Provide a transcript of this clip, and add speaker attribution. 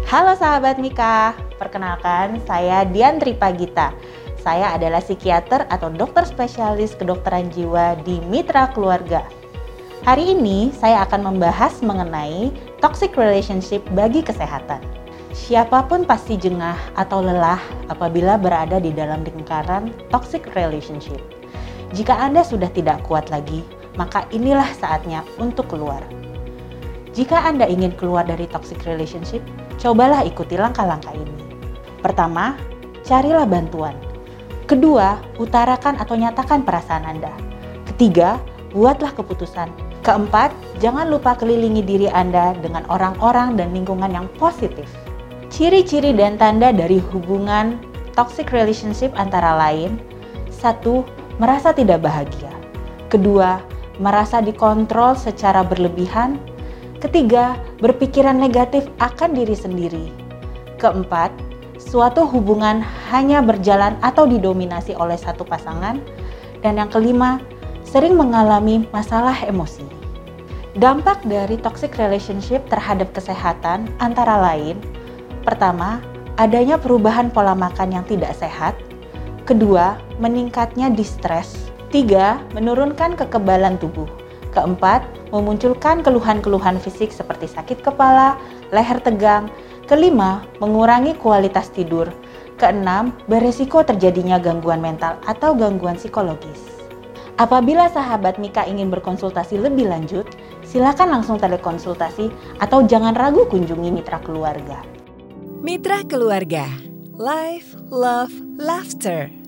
Speaker 1: Halo sahabat Mika, perkenalkan saya Diantri Pagita. Saya adalah psikiater atau dokter spesialis kedokteran jiwa di Mitra Keluarga. Hari ini saya akan membahas mengenai toxic relationship bagi kesehatan. Siapapun pasti jengah atau lelah apabila berada di dalam lingkaran toxic relationship. Jika Anda sudah tidak kuat lagi, maka inilah saatnya untuk keluar. Jika Anda ingin keluar dari toxic relationship, cobalah ikuti langkah-langkah ini. Pertama, carilah bantuan. Kedua, utarakan atau nyatakan perasaan Anda. Ketiga, buatlah keputusan. Keempat, jangan lupa kelilingi diri Anda dengan orang-orang dan lingkungan yang positif. Ciri-ciri dan tanda dari hubungan toxic relationship antara lain: 1. Merasa tidak bahagia. Kedua, merasa dikontrol secara berlebihan. Ketiga, berpikiran negatif akan diri sendiri. Keempat, suatu hubungan hanya berjalan atau didominasi oleh satu pasangan. Dan yang kelima, sering mengalami masalah emosi. Dampak dari toxic relationship terhadap kesehatan antara lain: pertama, adanya perubahan pola makan yang tidak sehat. Kedua, meningkatnya distres. Tiga, menurunkan kekebalan tubuh. Keempat, memunculkan keluhan-keluhan fisik seperti sakit kepala, leher tegang. Kelima, mengurangi kualitas tidur. Keenam, beresiko terjadinya gangguan mental atau gangguan psikologis. Apabila sahabat Mika ingin berkonsultasi lebih lanjut, silakan langsung telekonsultasi atau jangan ragu kunjungi Mitra Keluarga.
Speaker 2: Mitra Keluarga, Life, Love, Laughter.